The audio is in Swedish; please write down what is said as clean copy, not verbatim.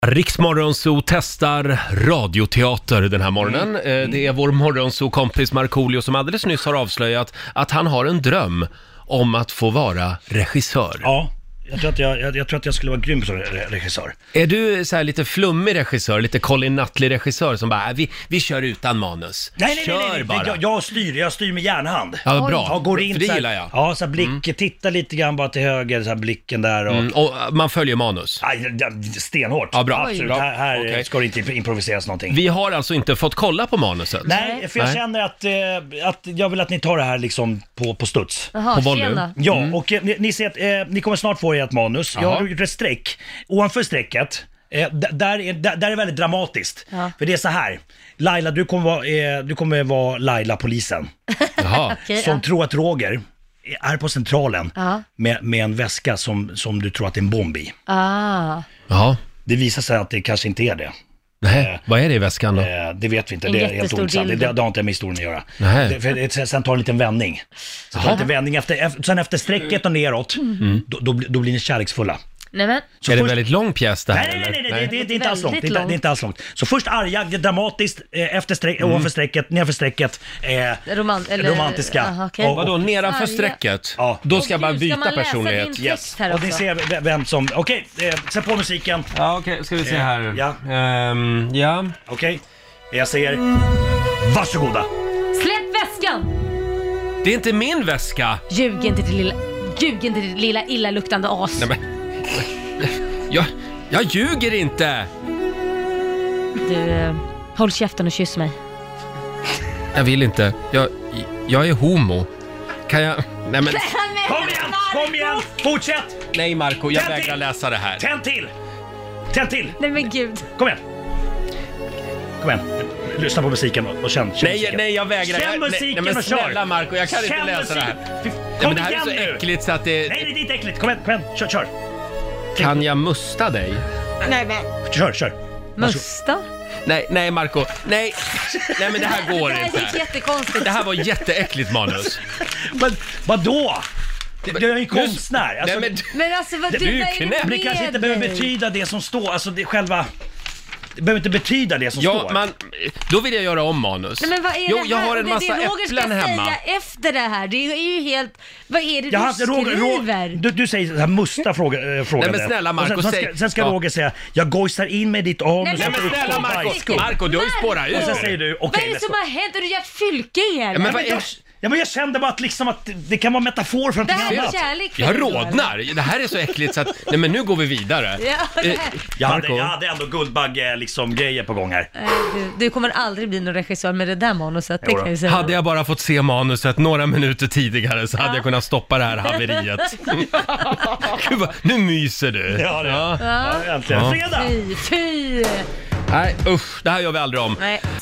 Riksmorgonzoo testar radioteater den här morgonen. Det är vår morgonzoo-kompis Markoolio som alldeles nyss har avslöjat att han har en dröm om att få vara regissör. Ja, jag tror att jag skulle vara grym som regissör. Är du så här lite flummig regissör, lite Colin Nutley-regissör som bara, vi kör utan manus. Nej. Bara. Jag styr med järnhand. Ja, bra. Jag går in för det så här, gillar jag. Ja, så här blick, titta lite grann bara till höger, så här blicken där och... Och man följer manus. Stenhårt. Ja, bra. Absolut. Bra. Här Okej. ska det inte improviseras någonting. Vi har alltså inte fått kolla på manuset. Nej, för jag känner att jag vill att ni tar det här liksom på studs. Jaha, På volley. tjena. Ja, och ni ser att ni kommer snart få ert manus. Jag har gjort ett streck. Ovanför strecket, där är väldigt dramatiskt. Ja. För det är så här. Laila, du kommer vara Laila, polisen. Jaha. Okej, Som ja. tror att Roger är på centralen Ja. med en väska som du tror att det är en bomb i. Jaha. Det visar sig att det kanske inte är det. Nej, vad är det i väskan då? Det vet vi inte, En det är helt jättestor ointressant. dildo. Det har inte med historien att göra. Nej. Sen tar det en liten vändning. Sen efter strecket och neråt, då blir ni kärleksfulla. Nej men, Så är det en väldigt lång pjäs det här? Nej, det är inte alls långt. Väldigt Det är inte alls långt. Så först arga, dramatiskt, ovanför strecket, nedanför strecket, romantiska. Aha, okej. Och- Vadå, nedanför Arga. strecket? Ja. Då ska jag bara Gud, byta ska man läsa personlighet. din text Yes. här Och ni också? ser vem som... Okej, sätt på musiken. Ja, okej, ska vi se här. Ja. Ja. Okej, jag säger varsågoda. Släpp väskan! Det är inte min väska. Ljug inte till lilla illaluktande as. Nej, men... Jag ljuger inte. Du, håll käften och kyss mig. Jag vill inte. Jag är homo. Kan jag... Nej, men... Kom igen, fortsätt! Nej, Marco, jag Tänd vägrar till. läsa det här. Tänd till! Nej men gud. Kom igen. Lyssna på musiken och känn musiken. Nej, jag vägrar. Känn musiken men och kör. snälla Marco, jag kan inte Känn läsa det här. musik. Nej, Kom men det här är igen så nu. äckligt så att det... Nej, det är inte äckligt. Kom igen, kör. Kan jag musta dig? Nej men. Kör. Musta? Nej, Marco. Nej, men det här går Det här gick inte. jättekonstigt. Det här var jätteäckligt manus. Men vadå? Du är en konstnär. Alltså, Nej, Men alltså vad Det du, blir ju vad är det knäppt. med det kanske inte behöver dig? betyda det som står. Alltså det själva... Det behöver inte betyda det som Ja, står. då vill jag göra om manus. Nej, men vad är Jo, det här? jag har en Det är massa det Roger ska äpplen hemma. säga efter det här. Det är ju helt... Vad är det Jag du har skriver? du säger så här, musta frågan. Nej, men snälla, Marco, Och sen säg- sen ska ja. Roger säga, jag gojsar in med ditt anus. Nej, Nej, men snälla Marco, du har ju spårat Och sen ur. säger du, Vad okej, är det som har hänt? Är du Gert Fylking eller? Ja, men vad är... Ja, men jag kände bara att, liksom att det kan vara metafor för Det någonting här är annat. kärlek för Jag dig då, rodnar. Det här är så äckligt så att... Nej, men nu går vi vidare. eller? Ja, det här. Marco. Jag hade ändå Guldbagge liksom grejer på gång här. Du kommer aldrig bli någon regissör med det där manuset, det Jo kan då. jag säga. Hade jag bara fått se manuset några minuter tidigare så hade jag kunnat stoppa det här haveriet. Gud, nu myser du. Ja, äntligen. Ja. Fredag! Fy! Nej, usch, det här gör vi aldrig om. Nej.